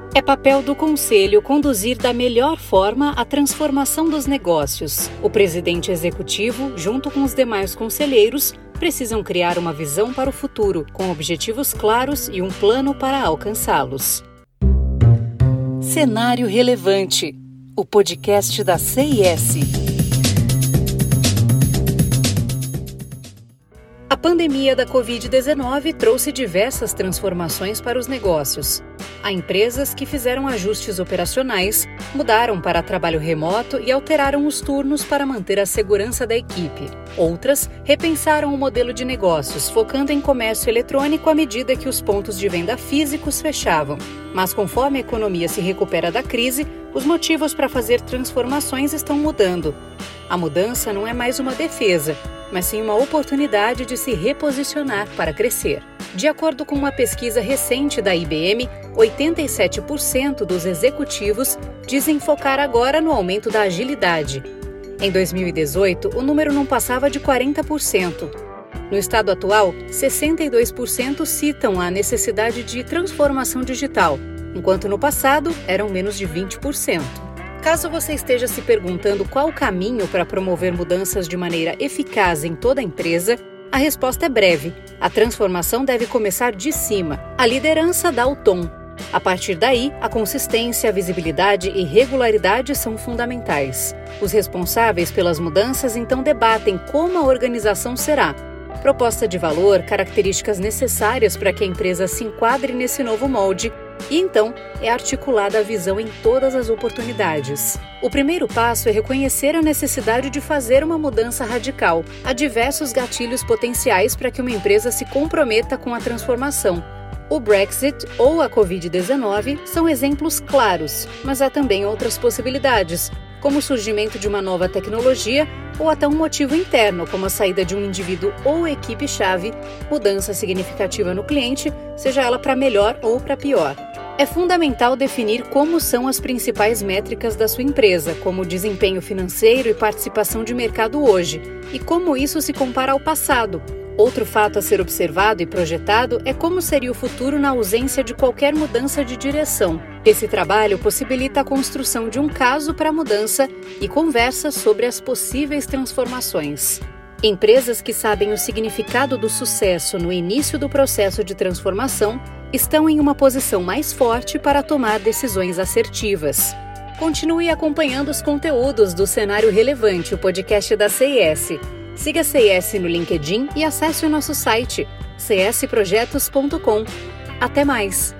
É papel do Conselho conduzir da melhor forma a transformação dos negócios. O presidente executivo, junto com os demais conselheiros, precisam criar uma visão para o futuro, com objetivos claros e um plano para alcançá-los. Cenário Relevante, o podcast da CIS. A pandemia da Covid-19 trouxe diversas transformações para os negócios. Há empresas que fizeram ajustes operacionais, mudaram para trabalho remoto e alteraram os turnos para manter a segurança da equipe. Outras repensaram o modelo de negócios, focando em comércio eletrônico à medida que os pontos de venda físicos fechavam. Mas conforme a economia se recupera da crise, os motivos para fazer transformações estão mudando. A mudança não é mais uma defesa, mas sim uma oportunidade de se reposicionar para crescer. De acordo com uma pesquisa recente da IBM, 87% dos executivos dizem focar agora no aumento da agilidade. Em 2018, o número não passava de 40%. No estado atual, 62% citam a necessidade de transformação digital, enquanto no passado eram menos de 20%. Caso você esteja se perguntando qual o caminho para promover mudanças de maneira eficaz em toda a empresa, a resposta é breve. A transformação deve começar de cima. A liderança dá o tom. A partir daí, a consistência, a visibilidade e regularidade são fundamentais. Os responsáveis pelas mudanças então debatem como a organização será. Proposta de valor, características necessárias para que a empresa se enquadre nesse novo molde, e então é articulada a visão em todas as oportunidades. O primeiro passo é reconhecer a necessidade de fazer uma mudança radical. Há diversos gatilhos potenciais para que uma empresa se comprometa com a transformação. O Brexit ou a Covid-19 são exemplos claros, mas há também outras possibilidades, como o surgimento de uma nova tecnologia ou até um motivo interno, como a saída de um indivíduo ou equipe-chave, mudança significativa no cliente, seja ela para melhor ou para pior. É fundamental definir como são as principais métricas da sua empresa, como o desempenho financeiro e participação de mercado hoje, e como isso se compara ao passado. Outro fato a ser observado e projetado é como seria o futuro na ausência de qualquer mudança de direção. Esse trabalho possibilita a construção de um caso para a mudança e conversa sobre as possíveis transformações. Empresas que sabem o significado do sucesso no início do processo de transformação estão em uma posição mais forte para tomar decisões assertivas. Continue acompanhando os conteúdos do Cenário Relevante, o podcast da CIS. Siga a CIS no LinkedIn e acesse o nosso site csprojetos.com. Até mais!